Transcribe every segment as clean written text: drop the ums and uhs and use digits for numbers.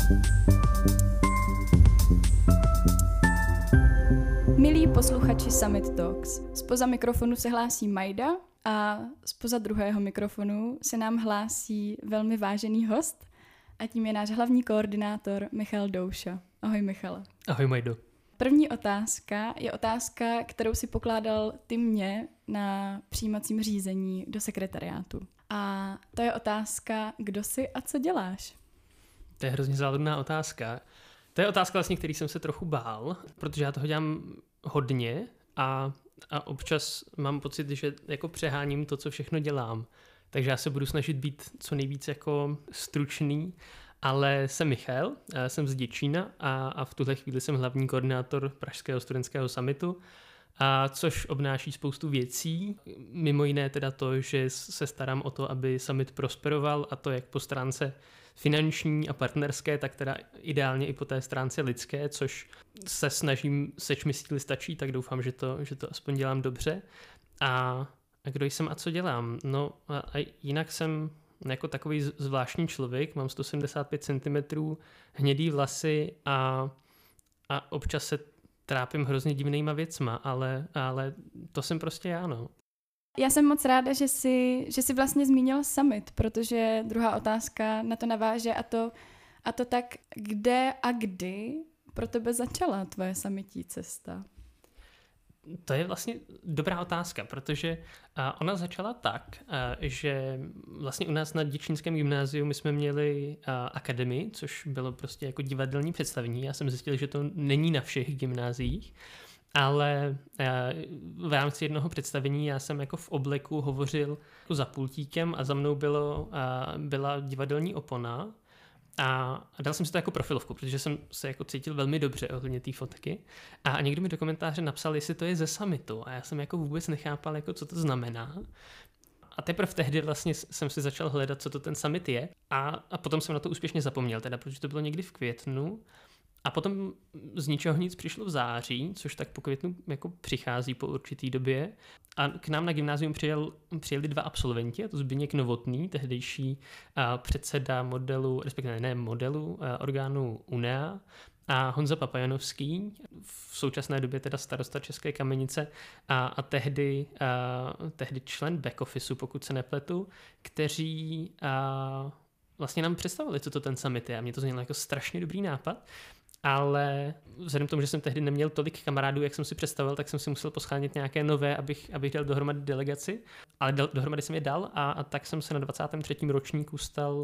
Milí posluchači Summit Talks, zpoza mikrofonu se hlásí Majda a zpoza druhého mikrofonu se nám hlásí velmi vážený host a tím je náš hlavní koordinátor Michal Douša. Ahoj Michale. Ahoj Majdo. První otázka je otázka, kterou si pokládal ty mě na přijímacím řízení do sekretariátu. A to je otázka, kdo jsi a co děláš? To je hrozně záludná otázka. To je otázka vlastně, který jsem se trochu bál, protože já toho dělám hodně a občas mám pocit, že jako přeháním to, co všechno dělám. Takže já se budu snažit být co nejvíc jako stručný, ale jsem Michal, jsem z Děčína a v tuhle chvíli jsem hlavní koordinátor Pražského studentského summitu, což obnáší spoustu věcí, mimo jiné teda to, že se starám o to, aby summit prosperoval, a to jak po stránce finanční a partnerské, tak teda ideálně i po té stránce lidské, což se snažím, seč mi síly stačí, tak doufám, že to aspoň dělám dobře. A kdo jsem a co dělám? No a jinak jsem jako takový zvláštní člověk, mám 175 cm, hnědý vlasy a občas se trápím hrozně divnýma věcma, ale to jsem prostě já, no. Já jsem moc ráda, že jsi vlastně zmínil summit, protože druhá otázka na to naváže a to tak, kde a kdy pro tebe začala tvoje summití cesta? To je vlastně dobrá otázka, protože ona začala tak, že vlastně u nás na Děčínském gymnáziu my jsme měli akademii, což bylo prostě jako divadelní představení. Já jsem zjistil, že to není na všech gymnáziích, ale v rámci jednoho představení já jsem jako v obleku hovořil jako za pultíkem a za mnou byla divadelní opona. A dal jsem si to jako profilovku, protože jsem se jako cítil velmi dobře ohledně té fotky. A někdo mi do komentáře napsal, jestli to je ze summitu. A já jsem jako vůbec nechápal, jako co to znamená. A teprve tehdy vlastně jsem si začal hledat, co to ten summit je. A potom jsem na to úspěšně zapomněl, teda, protože to bylo někdy v květnu. A potom z ničeho nic přišlo v září, což tak po květnu jako přichází po určitý době. A k nám na gymnázium přijeli dva absolventi, a to Zbyněk Novotný, tehdejší předseda modelu, respektive ne modelu, orgánu UNEA, a Honza Papajanovský, v současné době teda starosta České Kamenice a tehdy člen back officeu, pokud se nepletu, kteří vlastně nám představili, co to ten summit je. A mě to znělo jako strašně dobrý nápad. Ale vzhledem k tomu, že jsem tehdy neměl tolik kamarádů, jak jsem si představil, tak jsem si musel poschánět nějaké nové, abych dal dohromady delegaci. Ale dohromady jsem je dal a tak jsem se na 23. ročníku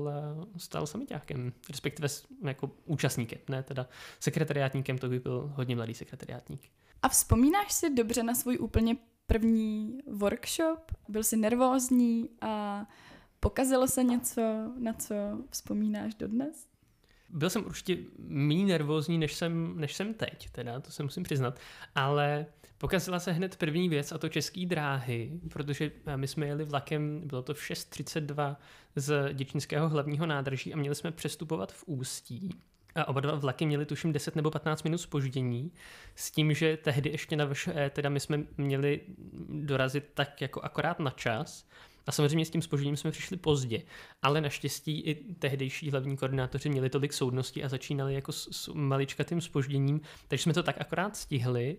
stal summitákem, respektive jako účastníkem, ne teda sekretariátníkem, to by byl hodně mladý sekretariátník. A vzpomínáš si dobře na svůj úplně první workshop? Byl jsi nervózní a pokazilo se něco, na co vzpomínáš dodnes? Byl jsem určitě méně nervózní, než jsem teď, teda, to se musím přiznat, ale pokazila se hned první věc, a to České dráhy, protože my jsme jeli vlakem, bylo to v 6:32 z Děčínského hlavního nádraží a měli jsme přestupovat v Ústí. A oba dva vlaky měli tuším 10 nebo 15 minut zpoždění, s tím, že tehdy ještě na VŠE, teda my jsme měli dorazit tak jako akorát na čas. A samozřejmě s tím zpožděním jsme přišli pozdě, ale naštěstí i tehdejší hlavní koordinátoři měli tolik soudností a začínali jako s maličkatým zpožděním, takže jsme to tak akorát stihli.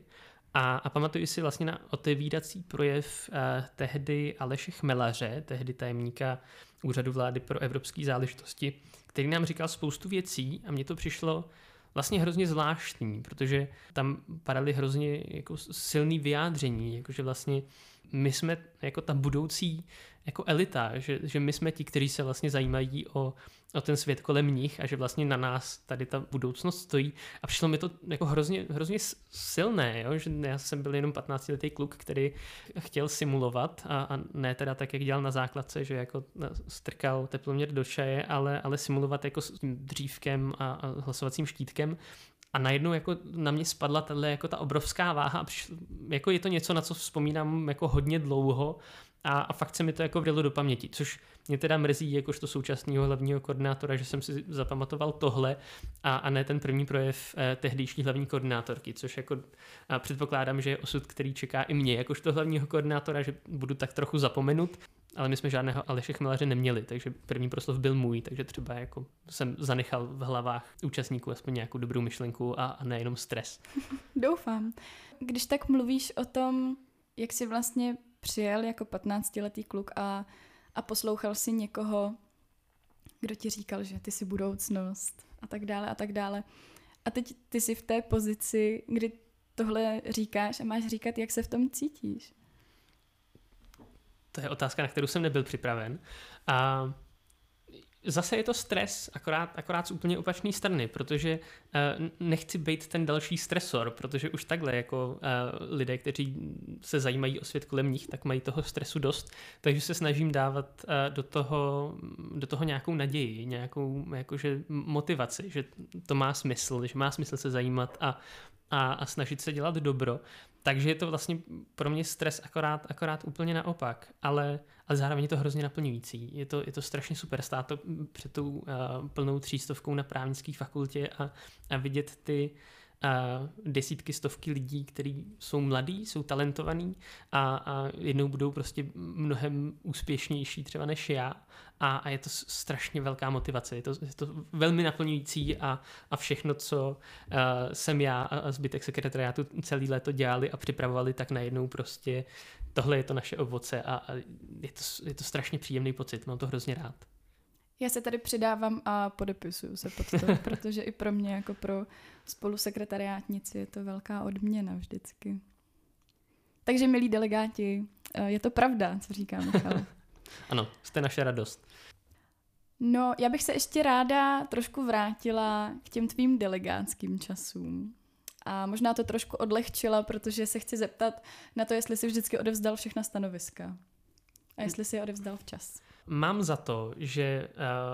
A pamatuju si vlastně na otevírací projev tehdy Aleše Chmelaře, tehdy tajemníka Úřadu vlády pro evropské záležitosti, který nám říkal spoustu věcí a mně to přišlo vlastně hrozně zvláštní, protože tam padaly hrozně jako silný vyjádření, jakože vlastně my jsme jako ta budoucí jako elita, že my jsme ti, kteří se vlastně zajímají o ten svět kolem nich a že vlastně na nás tady ta budoucnost stojí. A přišlo mi to jako hrozně silné, jo? Že já jsem byl jenom 15letý kluk, který chtěl simulovat a ne teda tak, jak dělal na základce, že jako strkal teploměr do čaje, ale simulovat jako s tím dřívkem a hlasovacím štítkem. A najednou jako na mě spadla tato jako ta obrovská váha a jako je to něco, na co vzpomínám jako hodně dlouho a fakt se mi to jako vrylo do paměti, což mě teda mrzí jakožto současného hlavního koordinátora, že jsem si zapamatoval tohle a ne ten první projev tehdejší hlavní koordinátorky, což jako předpokládám, že je osud, který čeká i mě jakožto hlavního koordinátora, že budu tak trochu zapomenut. ale my jsme žádného Aleše Chmelaře neměli, takže první proslov byl můj, takže třeba jako jsem zanechal v hlavách účastníků aspoň nějakou dobrou myšlenku a nejenom stres. Doufám. Když tak mluvíš o tom, jak jsi vlastně přijel jako 15letý kluk a poslouchal si někoho, kdo ti říkal, že ty jsi budoucnost a tak dále a tak dále. A teď ty jsi v té pozici, kdy tohle říkáš a máš říkat, jak se v tom cítíš. To je otázka, na kterou jsem nebyl připraven. A zase je to stres, akorát z úplně opačné strany, protože nechci být ten další stresor, protože už takhle jako lidé, kteří se zajímají o svět kolem nich, tak mají toho stresu dost, takže se snažím dávat do toho nějakou naději, nějakou jakože motivaci, že to má smysl, že má smysl se zajímat a snažit se dělat dobro. Takže je to vlastně pro mě stres akorát úplně naopak, ale zároveň je to hrozně naplňující. Je to strašně super stát to před tou plnou 300 na právnické fakultě a vidět ty desítky, stovky lidí, kteří jsou mladí, jsou talentovaní a jednou budou prostě mnohem úspěšnější třeba než já a je to strašně velká motivace. Je to velmi naplňující a všechno, co jsem já a zbytek sekretariátu celý léto dělali a připravovali, tak najednou prostě tohle je to naše ovoce a je to strašně příjemný pocit. Mám to hrozně rád. Já se tady přidávám a podepisuju se pod to, protože i pro mě jako pro spolusekretariátnici je to velká odměna vždycky. Takže milí delegáti, je to pravda, co říká Michal. Ano, jste naše radost. No, já bych se ještě ráda trošku vrátila k těm tvým delegátským časům. A možná to trošku odlehčila, protože se chci zeptat na to, jestli jsi vždycky odevzdal všechna stanoviska. A jestli jsi je odevzdal včas. Mám za to, že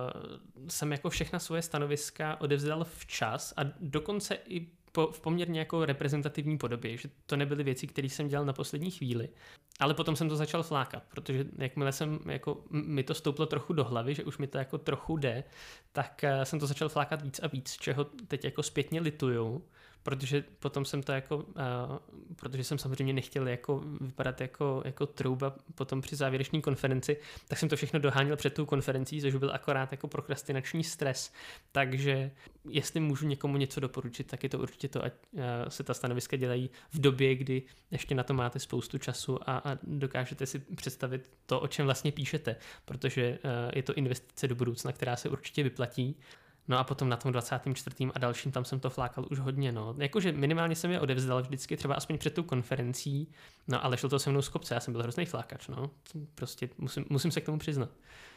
jsem jako všechna svoje stanoviska odevzdal včas a dokonce i v poměrně jako reprezentativní podobě, že to nebyly věci, které jsem dělal na poslední chvíli, ale potom jsem to začal flákat, protože jakmile mi to stouplo trochu do hlavy, že už mi to jako trochu jde, tak jsem to začal flákat víc a víc, čeho teď jako zpětně lituju, protože potom jsem to jako, protože jsem samozřejmě nechtěl jako vypadat jako trouba potom při závěrečné konferenci, tak jsem to všechno doháněl před tou konferencí, což byl akorát jako prokrastinační stres. Takže jestli můžu někomu něco doporučit, tak je to určitě to, ať se ta stanoviska dělají v době, kdy ještě na to máte spoustu času a dokážete si představit to, o čem vlastně píšete, protože je to investice do budoucna, která se určitě vyplatí. No a potom na tom 24. a dalším tam jsem to flákal už hodně, no. Jakože minimálně jsem je odevzdal vždycky, třeba aspoň před tou konferencí, no ale šlo to se mnou z kopce, já jsem byl hrozný flákač, no. Prostě musím se k tomu přiznat.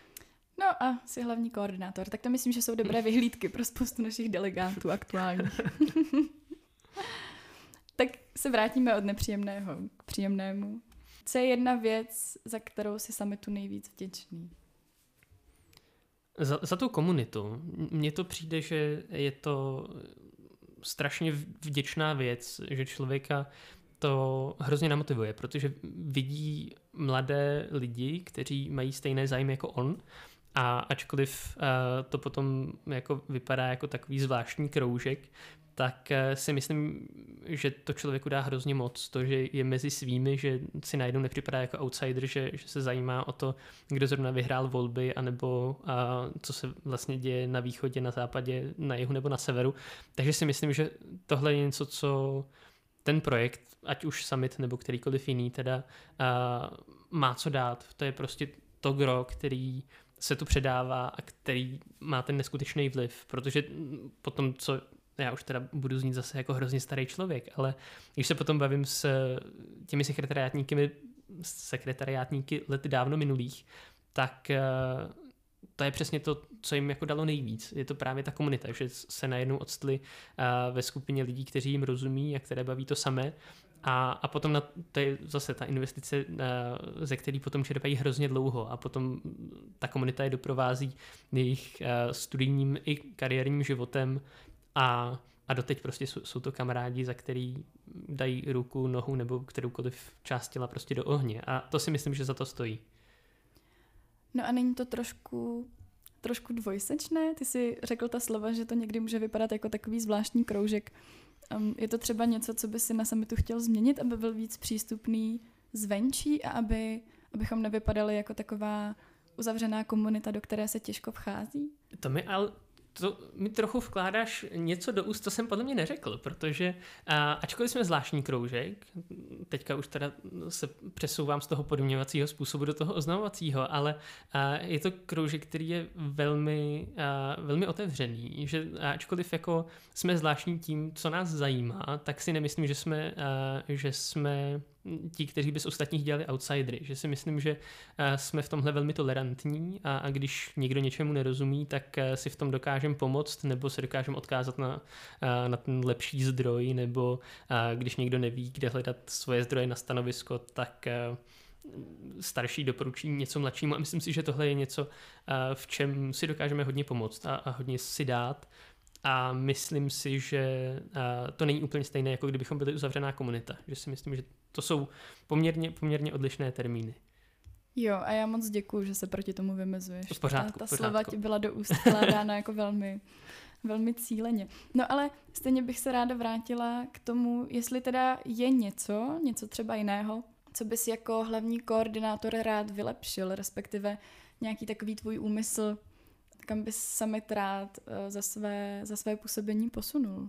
No a jsi hlavní koordinátor, tak to myslím, že jsou dobré vyhlídky pro spoustu našich delegátů aktuálních. Tak se vrátíme od nepříjemného k příjemnému. Co je jedna věc, za kterou si summitu nejvíc vděčný? Za tu komunitu. Mně to přijde, že je to strašně vděčná věc, že člověka to hrozně namotivuje, protože vidí mladé lidi, kteří mají stejné zájmy jako on, a ačkoliv to potom jako vypadá jako takový zvláštní kroužek, tak si myslím, že to člověku dá hrozně moc. To, že je mezi svými, že si najednou nepřipadá jako outsider, že se zajímá o to, kdo zrovna vyhrál volby, anebo co se vlastně děje na východě, na západě, na jihu nebo na severu. Takže si myslím, že tohle je něco, co ten projekt, ať už summit nebo kterýkoliv jiný, teda má co dát. To je prostě to gro, který se tu předává a který má ten neskutečný vliv, protože potom, co já už teda budu znít zase jako hrozně starý člověk, ale když se potom bavím s těmi sekretariátníky let dávno minulých, tak to je přesně to, co jim jako dalo nejvíc. Je to právě ta komunita, že se najednou odstli ve skupině lidí, kteří jim rozumí a které baví to samé. A potom to je zase ta investice, ze který potom čerpají hrozně dlouho a potom ta komunita je doprovází jejich studijním i kariérním životem a doteď prostě jsou to kamarádi, za který dají ruku, nohu nebo kteroukoliv část těla prostě do ohně. A to si myslím, že za to stojí. No a není to trošku dvojsečné? Ty jsi řekl ta slova, že to někdy může vypadat jako takový zvláštní kroužek. Je to třeba něco, co by si na summitu chtěl změnit, aby byl víc přístupný zvenčí a abychom nevypadali jako taková uzavřená komunita, do které se těžko vchází? To mi trochu vkládáš něco do úst, co jsem podle mě neřekl, protože ačkoliv jsme zvláštní kroužek, teďka už teda se přesouvám z toho podměňovacího způsobu do toho oznamovacího, ale je to kroužek, který je velmi, velmi otevřený, že ačkoliv jako jsme zvláštní tím, co nás zajímá, tak si nemyslím, že jsme ti, kteří by z ostatních dělali outsidery, že si myslím, že jsme v tomhle velmi tolerantní a když někdo něčemu nerozumí, tak si v tom dokážeme pomoct nebo se dokážeme odkázat na ten lepší zdroj, nebo když někdo neví, kde hledat svoje zdroje na stanovisko, tak starší doporučí něco mladšímu a myslím si, že tohle je něco, v čem si dokážeme hodně pomoct a hodně si dát. A myslím si, že to není úplně stejné, jako kdybychom byli uzavřená komunita. Že si myslím, že to jsou poměrně odlišné termíny. Jo, a já moc děkuju, že se proti tomu vymezuješ. V pořádku, ta slova ti byla do úst vkládána jako velmi, velmi cíleně. No ale stejně bych se ráda vrátila k tomu, jestli teda je něco třeba jiného, co bys jako hlavní koordinátor rád vylepšil, respektive nějaký takový tvůj úmysl, kam bys summit rád za své působení posunul?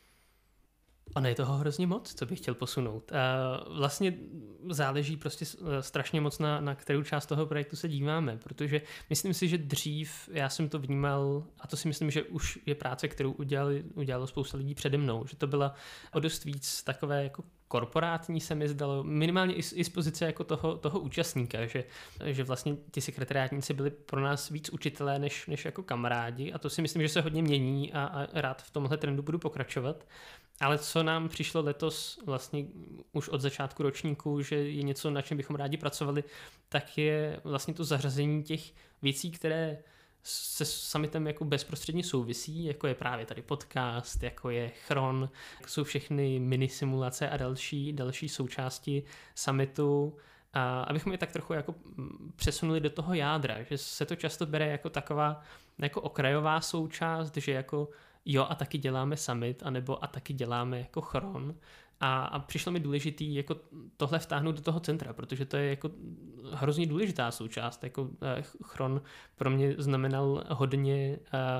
Ono je toho hrozně moc, co bych chtěl posunout. Vlastně záleží prostě strašně moc na kterou část toho projektu se díváme, protože myslím si, že dřív já jsem to vnímal, a to si myslím, že už je práce, kterou udělalo spousta lidí přede mnou, že to byla o dost víc takové jako korporátní, se mi zdalo, minimálně i z pozice jako toho účastníka, že vlastně ti sekretariátníci byli pro nás víc učitelé než jako kamarádi a to si myslím, že se hodně mění a rád v tomhle trendu budu pokračovat. Ale co nám přišlo letos vlastně už od začátku ročníku, že je něco, na čem bychom rádi pracovali, tak je vlastně to zařazení těch věcí, které se summitem jako bezprostředně souvisí, jako je právě tady podcast, jako je Chron, jako jsou všechny mini simulace a další součásti summitu, a abychom je tak trochu jako přesunuli do toho jádra, že se to často bere jako taková jako okrajová součást, že jako jo a taky děláme summit, anebo a taky děláme jako Chron. A přišlo mi důležitý jako tohle vtáhnout do toho centra, protože to je jako hrozně důležitá součást. Jako Chron pro mě znamenal hodně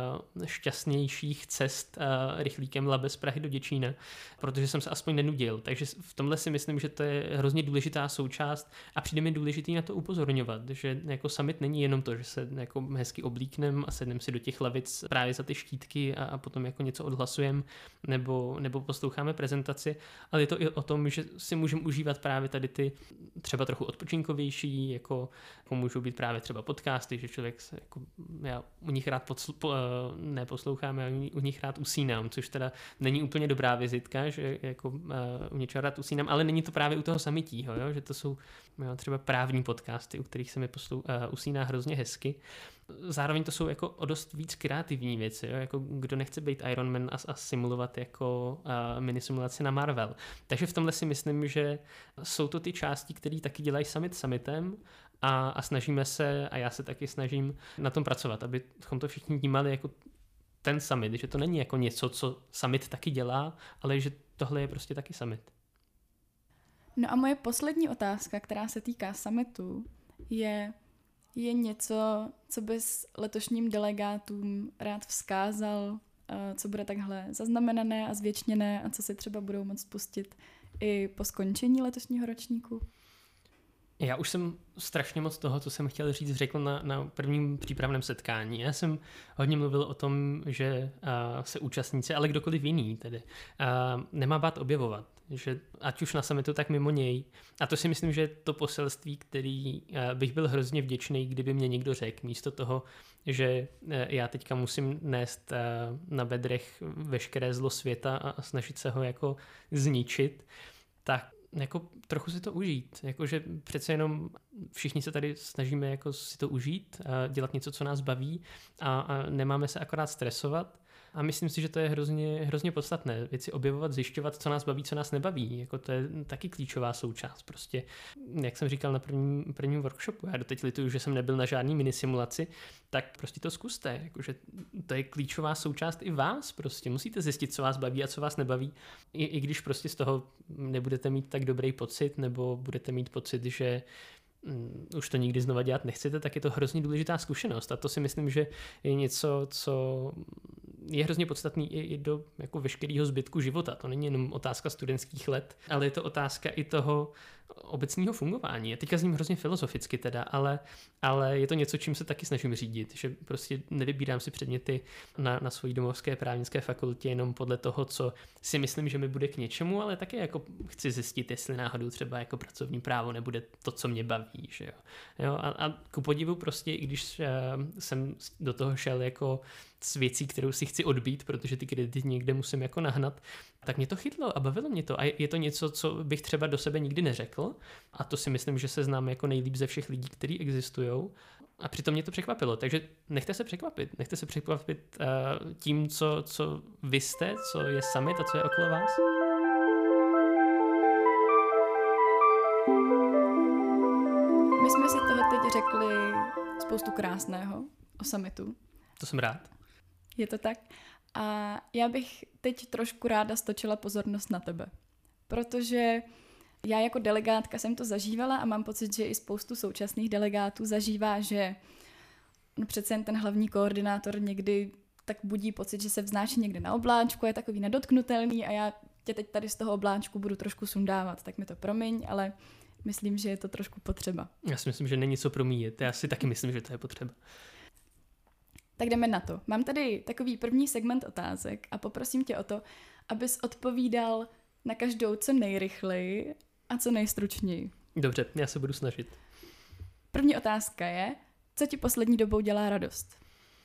šťastnějších cest rychlíkem Labe z Prahy do Děčína, protože jsem se aspoň nenudil. Takže v tomhle si myslím, že to je hrozně důležitá součást a přijde mi důležitý na to upozorňovat, že jako summit není jenom to, že se jako hezky oblíknem a sedneme si do těch lavic právě za ty štítky a potom jako něco odhlasujeme nebo posloucháme prezentaci, ale je to i o tom, že si můžeme užívat právě tady ty třeba trochu odpočinkovější, jako můžou být právě třeba podcasty, že člověk se jako, já u nich rád neposlouchám, já u nich rád usínám, což teda není úplně dobrá vizitka, že jako u něčeho rád usínám, ale není to právě u toho summitího, jo? Že to jsou třeba právní podcasty, u kterých se mi usíná hrozně hezky. Zároveň to jsou jako o dost víc kreativní věci, jo? Jako kdo nechce být Iron Man a simulovat jako mini simulaci na Marvel. Takže v tomhle si myslím, že jsou to ty části, které taky dělají summit summitem a snažíme se, a já se taky snažím na tom pracovat, abychom to všichni vnímali jako ten summit, že to není jako něco, co summit taky dělá, ale že tohle je prostě taky summit. No a moje poslední otázka, která se týká summitu, je něco, co bys letošním delegátům rád vzkázal, co bude takhle zaznamenané a zvěčněné a co si třeba budou moct pustit i po skončení letošního ročníku? Já už jsem strašně moc toho, co jsem chtěl říct, řekl na prvním přípravném setkání. Já jsem hodně mluvil o tom, že se účastníci, ale kdokoliv jiný tedy, nemá bát objevovat. Že ať už na summitu, tak mimo něj. A to si myslím, že je to poselství, který bych byl hrozně vděčný, kdyby mě někdo řekl, místo toho, že já teďka musím nést na bedrech veškeré zlo světa a snažit se ho jako zničit, tak jako trochu si to užít. Jakože přece jenom všichni se tady snažíme jako si to užít, dělat něco, co nás baví a nemáme se akorát stresovat. A myslím si, že to je hrozně podstatné. Věci objevovat, zjišťovat, co nás baví, co nás nebaví. Jako to je taky klíčová součást. Prostě, jak jsem říkal na prvním workshopu, já doteď lituju, že jsem nebyl na žádný minisimulaci, tak prostě to zkuste. Jakože to je klíčová součást i vás. Prostě musíte zjistit, co vás baví a co vás nebaví. I když prostě z toho nebudete mít tak dobrý pocit, nebo budete mít pocit, že už to nikdy znova dělat nechcete, tak je to hrozně důležitá zkušenost a to si myslím, že je něco, co je hrozně podstatný i do jako veškerého zbytku života. To není jenom otázka studentských let, ale je to otázka i toho obecného fungování. Já teďka zním hrozně filozoficky teda, ale je to něco, čím se taky snažím řídit, že prostě nevybírám si předměty na svojí domovské právnické fakultě jenom podle toho, co si myslím, že mi bude k něčemu, ale také jako chci zjistit, jestli náhodou třeba jako pracovní právo nebude to, co mě baví, že jo. A ku podivu prostě, i když jsem do toho šel jako s věcí, kterou si chci odbít, protože ty kredity někde musím jako nahnat, tak mě to chytlo a bavilo mě to. A je to něco, co bych třeba do sebe nikdy neřekl. A to si myslím, že se znám jako nejlíp ze všech lidí, kteří existují. A přitom mě to překvapilo. Takže nechte se překvapit. Nechte se překvapit tím, co vy jste, co je summit a co je okolo vás. My jsme si toho teď řekli spoustu krásného o summitu. To jsem rád. Je to tak? A já bych teď trošku ráda stočila pozornost na tebe. Protože já jako delegátka jsem to zažívala a mám pocit, že i spoustu současných delegátů zažívá, že přece jen ten hlavní koordinátor někdy tak budí pocit, že se vznáší někde na obláčku, je takový nedotknutelný a já tě teď tady z toho obláčku budu trošku sundávat, tak mi to promiň, ale myslím, že je to trošku potřeba. Já si myslím, že není co promíjet. Já si taky myslím, že to je potřeba. Tak jdeme na to. Mám tady takový první segment otázek a poprosím tě o to, abys odpovídal na každou co nejrychleji a co nejstručněji. Dobře, já se budu snažit. První otázka je, co ti poslední dobou dělá radost?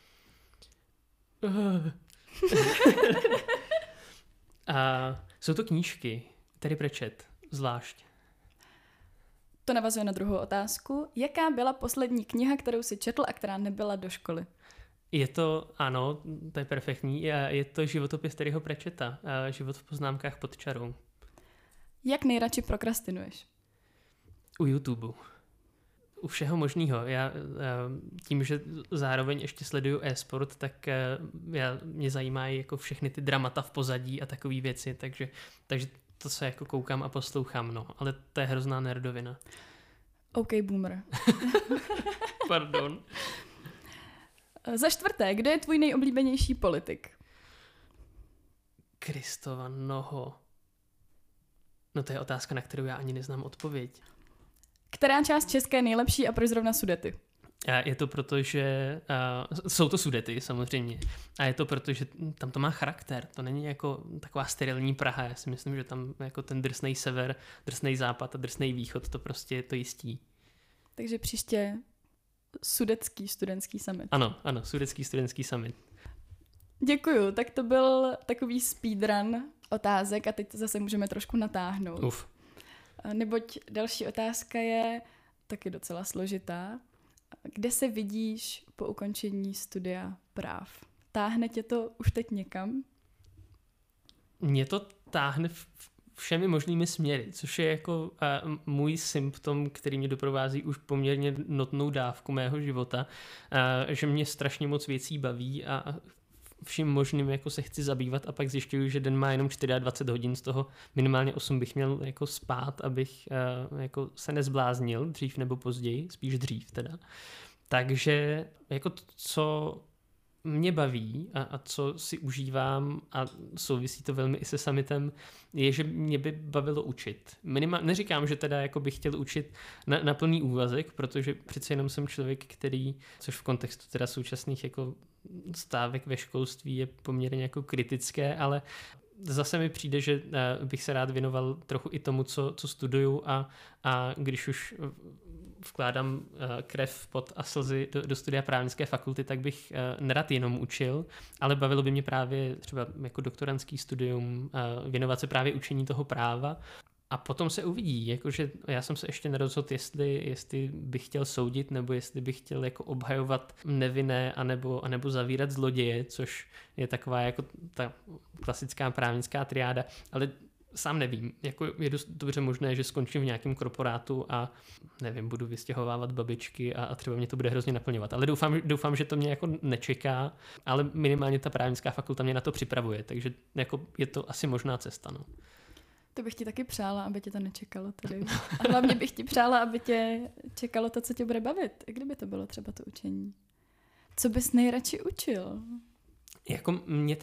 A jsou to knížky, Terry Pratchett, zvlášť. To navazuje na druhou otázku. Jaká byla poslední kniha, kterou jsi četl a která nebyla do školy? Je to, ano, to je perfektní, je to životopis Terryho Pratchetta, Život v poznámkách pod čarou. Jak nejradši prokrastinuješ? U YouTube. U všeho možného. Já tím, že zároveň ještě sleduju e-sport, tak mě zajímají jako všechny ty dramata v pozadí a takové věci, takže to se jako koukám a poslouchám, no. Ale to je hrozná nerdovina. OK, boomer. Pardon. Za čtvrté, kdo je tvůj nejoblíbenější politik? Kristova noho. No to je otázka, na kterou já ani neznám odpověď. Která část České je nejlepší a proč zrovna Sudety? Je to proto, že jsou to Sudety samozřejmě a je to proto, že tam to má charakter, to není jako taková sterilní Praha, já si myslím, že tam jako ten drsnej sever, drsnej západ a drsnej východ, to prostě je to jistí. Takže příště Sudetský studentský summit. Ano, Sudetský studentský summit. Děkuju, tak to byl takový speedrun otázek a teď to zase můžeme trošku natáhnout. Uf. Neboť další otázka je taky docela složitá. Kde se vidíš po ukončení studia práv? Táhne tě to už teď někam? Mě to táhne všemi možnými směry, což je jako můj symptom, který mě doprovází už poměrně notnou dávku mého života, že mě strašně moc věcí baví a vším možným jako se chci zabývat a pak zjišťuju, že den má jenom 24 hodin, z toho minimálně 8 bych měl jako spát, abych jako se nezbláznil dřív nebo později, spíš dřív teda. Takže jako to, co mě baví a co si užívám a souvisí to velmi i se summitem, je, že mě by bavilo učit. Neříkám, že teda jako bych chtěl učit na plný úvazek, protože přece jenom jsem člověk, který, což v kontextu teda současných jako stávek ve školství je poměrně jako kritické, ale zase mi přijde, že bych se rád věnoval trochu i tomu, co studuju a když už vkládám krev, pot a slzy do studia právnické fakulty, tak bych nerad jenom učil, ale bavilo by mě právě třeba jako doktorandský studium, věnovat se právě učení toho práva. A potom se uvidí, jakože já jsem se ještě nerozhodl, jestli bych chtěl soudit, nebo jestli bych chtěl jako obhajovat nevinné, anebo zavírat zloděje, což je taková jako ta klasická právnická triáda, ale sám nevím, jako je dost dobře možné, že skončím v nějakém korporátu a nevím, budu vystěhovávat babičky a třeba mě to bude hrozně naplňovat. Ale doufám, že to mě jako nečeká, ale minimálně ta právnická fakulta mě na to připravuje, takže jako je to asi možná cesta, no. To bych ti taky přála, aby tě to nečekalo tady. A hlavně bych ti přála, aby tě čekalo to, co tě bude bavit. I kdyby to bylo třeba to učení. Co bys nejradši učil? Jako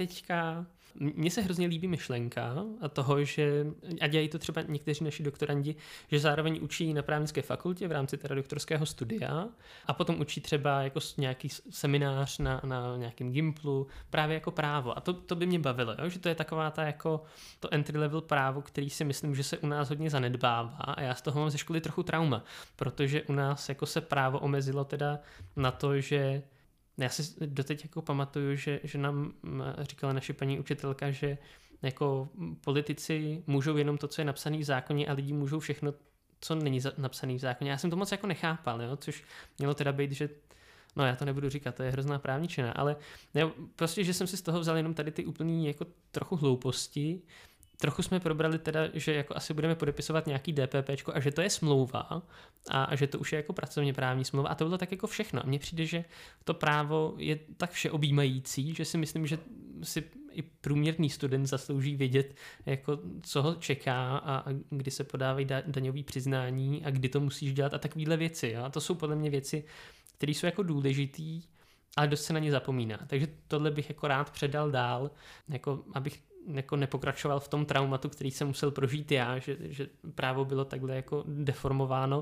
mně se hrozně líbí myšlenka a toho, že, a dělají to třeba někteří naši doktorandi, že zároveň učí na právnické fakultě v rámci teda doktorského studia a potom učí třeba jako nějaký seminář na nějakém Gimplu, právě jako právo. A to by mě bavilo, jo? Že to je taková ta jako to entry level právo, který si myslím, že se u nás hodně zanedbává a já z toho mám ze školy trochu trauma, protože u nás jako se právo omezilo teda na to, že já si doteď jako pamatuju, že nám říkala naše paní učitelka, že jako politici můžou jenom to, co je napsané v zákoně a lidi můžou všechno, co není napsané v zákoně. Já jsem to moc jako nechápal, jo? Což mělo teda být, že no já to nebudu říkat, to je hrozná právničina, ale ne, prostě, že jsem si z toho vzal jenom tady ty úplný jako trochu hlouposti. Trochu jsme probrali teda, že jako asi budeme podepisovat nějaký DPPčko a že to je smlouva a že to už je jako pracovně právní smlouva a to bylo tak jako všechno. A mně přijde, že to právo je tak všeobjímající, že si myslím, že si i průměrný student zaslouží vědět, jako co ho čeká a kdy se podávají daňový přiznání a kdy to musíš dělat a takovýhle věci. Jo? A to jsou podle mě věci, které jsou jako důležitý, ale dost se na ně zapomíná. Takže tohle bych jako rád předal dál, jako abych jako nepokračoval v tom traumatu, který jsem musel prožít já, že právo bylo takhle jako deformováno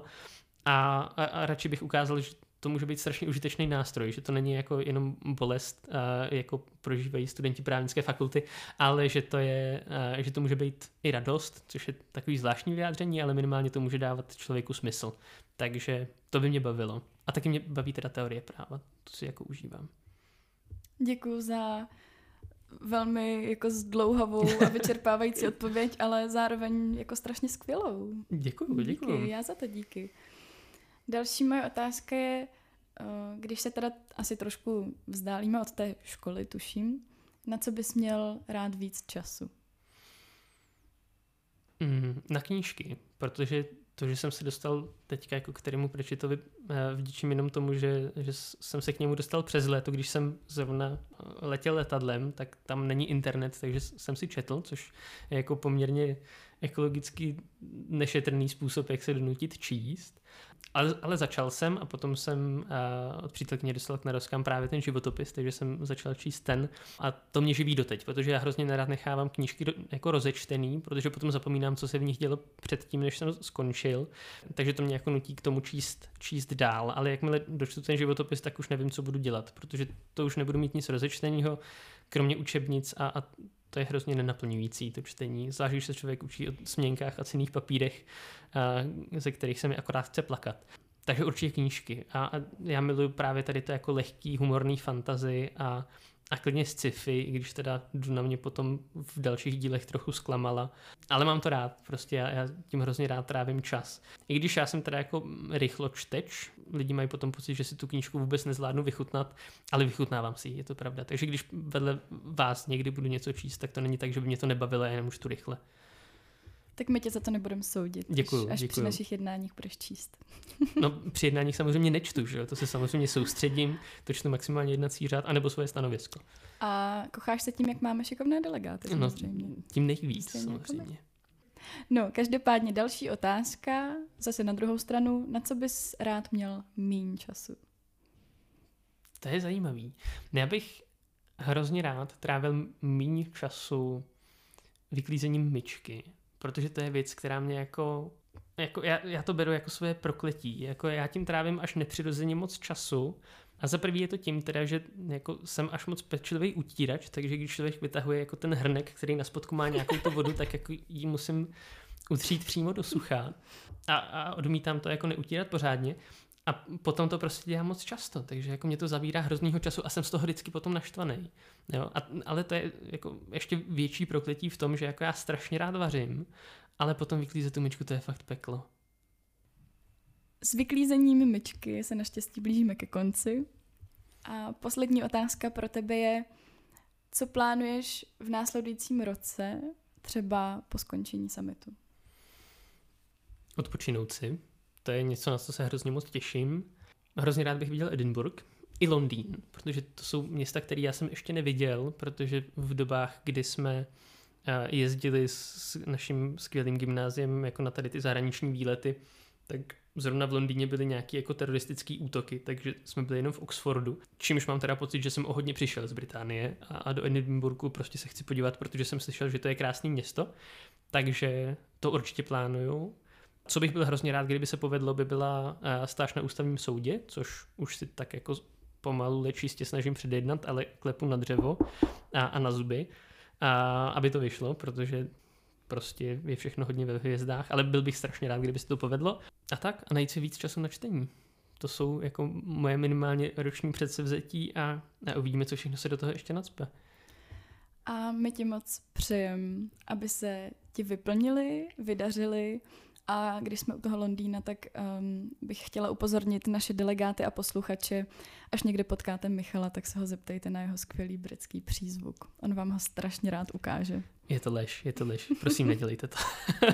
a radši bych ukázal, že to může být strašně užitečný nástroj, že to není jako jenom bolest, jako prožívají studenti právnické fakulty, ale že to může být i radost, což je takový zvláštní vyjádření, ale minimálně to může dávat člověku smysl. Takže to by mě bavilo. A taky mě baví teda teorie práva, to si jako užívám. Děkuju za velmi jako zdlouhavou a vyčerpávající odpověď, ale zároveň jako strašně skvělou. Děkuju. Díky, já za to díky. Další moje otázka je, když se teda asi trošku vzdálíme od té školy, tuším, na co bys měl rád víc času? Na knížky, protože to, že jsem se dostal teďka jako k kterému Pratchettovi vděčím jenom tomu, že jsem se k němu dostal přes léto, když jsem zrovna letěl letadlem, tak tam není internet, takže jsem si četl, což je jako poměrně ekologicky nešetrný způsob, jak se donutit číst. Ale začal jsem a potom jsem od přítelkyně dostal k naroskám právě ten životopis, takže jsem začal číst ten a to mě živí doteď, protože já hrozně nerad nechávám knížky jako rozečtený, protože potom zapomínám, co se v nich dělo předtím, než jsem skončil, takže to mě jako nutí k tomu číst dál, ale jakmile dočtu ten životopis, tak už nevím, co budu dělat, protože to už nebudu mít nic rozečteného, kromě učebnic a to je hrozně nenaplňující, to čtení. Zvlášť, když se člověk učí o směnkách a cenných papírech, ze kterých se mi akorát chce plakat. Takže určitě knížky. A já miluji právě tady to jako lehký, humorný fantasy a klidně sci-fi, i když teda Duna mě potom v dalších dílech trochu zklamala. Ale mám to rád, prostě já tím hrozně rád trávím čas. I když já jsem teda jako rychločteč, lidi mají potom pocit, že si tu knížku vůbec nezvládnu vychutnat, ale vychutnávám si ji, je to pravda. Takže když vedle vás někdy budu něco číst, tak to není tak, že by mě to nebavilo, já jenom čtu rychle. Tak my tě za to nebudeme soudit, děkuju. Při našich jednáních budeš číst. No při jednáních samozřejmě nečtu, že jo? To se samozřejmě soustředím, to čtu maximálně jednací řád, anebo svoje stanovisko. A kocháš se tím, jak máme šikovné delegáty samozřejmě. No, tím nejvíc samozřejmě. No, každopádně další otázka, zase na druhou stranu, na co bys rád měl míň času? To je zajímavý. Já bych hrozně rád trávil míň času vyklízením myčky, protože to je věc, která mě jako já to beru jako svoje prokletí. Jako já tím trávím až nepřirozeně moc času. A za prvý je to tím teda, že jako jsem až moc pečlivý utírač, takže když člověk vytahuje jako ten hrnek, který na spodku má nějakou tu vodu, tak jako ji musím utřít přímo do sucha. A odmítám to jako neutírat pořádně. A potom to prostě dělám moc často, takže jako mě to zabírá hroznýho času a jsem z toho vždycky potom naštvaný. Jo? Ale to je jako ještě větší prokletí v tom, že jako já strašně rád vařím, ale potom vyklízet tu myčku, to je fakt peklo. S vyklízením myčky se naštěstí blížíme ke konci. A poslední otázka pro tebe je, co plánuješ v následujícím roce, třeba po skončení summitu? Odpočinout si. To je něco, na co se hrozně moc těším. Hrozně rád bych viděl Edinburgh i Londýn, protože to jsou města, které já jsem ještě neviděl, protože v dobách, kdy jsme jezdili s naším skvělým gymnáziem jako na tady ty zahraniční výlety, tak zrovna v Londýně byly nějaké jako teroristické útoky, takže jsme byli jenom v Oxfordu, čímž mám teda pocit, že jsem o hodně přišel z Británie a do Edinburghu prostě se chci podívat, protože jsem slyšel, že to je krásné město, takže to určitě plánuju. Co bych byl hrozně rád, kdyby se povedlo, by byla stáž na ústavním soudě, což už si tak jako pomalu čistě snažím předjednat, ale klepu na dřevo a na zuby, aby to vyšlo, protože prostě je všechno hodně ve hvězdách, ale byl bych strašně rád, kdyby se to povedlo. A tak, a najít si víc času na čtení. To jsou jako moje minimálně roční předsevzetí a uvidíme, co všechno se do toho ještě nacpe. A my ti moc přejem, aby se ti vyplnili, vydařili. A když jsme u toho Londýna, tak bych chtěla upozornit naše delegáty a posluchače, až někde potkáte Michala, tak se ho zeptejte na jeho skvělý britský přízvuk. On vám ho strašně rád ukáže. Je to lež. Prosím, nedělejte to.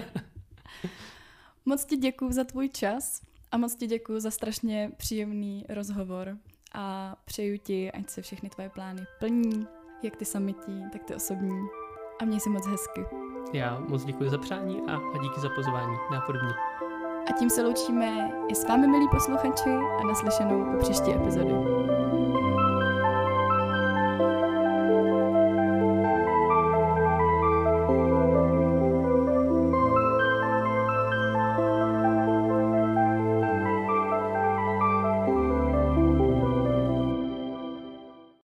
Moc ti děkuju za tvůj čas a moc ti děkuju za strašně příjemný rozhovor a přeju ti, ať se všechny tvoje plány plní, jak ty samití, tak ty osobní. A měj se moc hezky. Já moc děkuji za přání a díky za pozvání. Nápodobně. A tím se loučíme i s vámi, milí posluchači, a naslyšenou u příští epizody.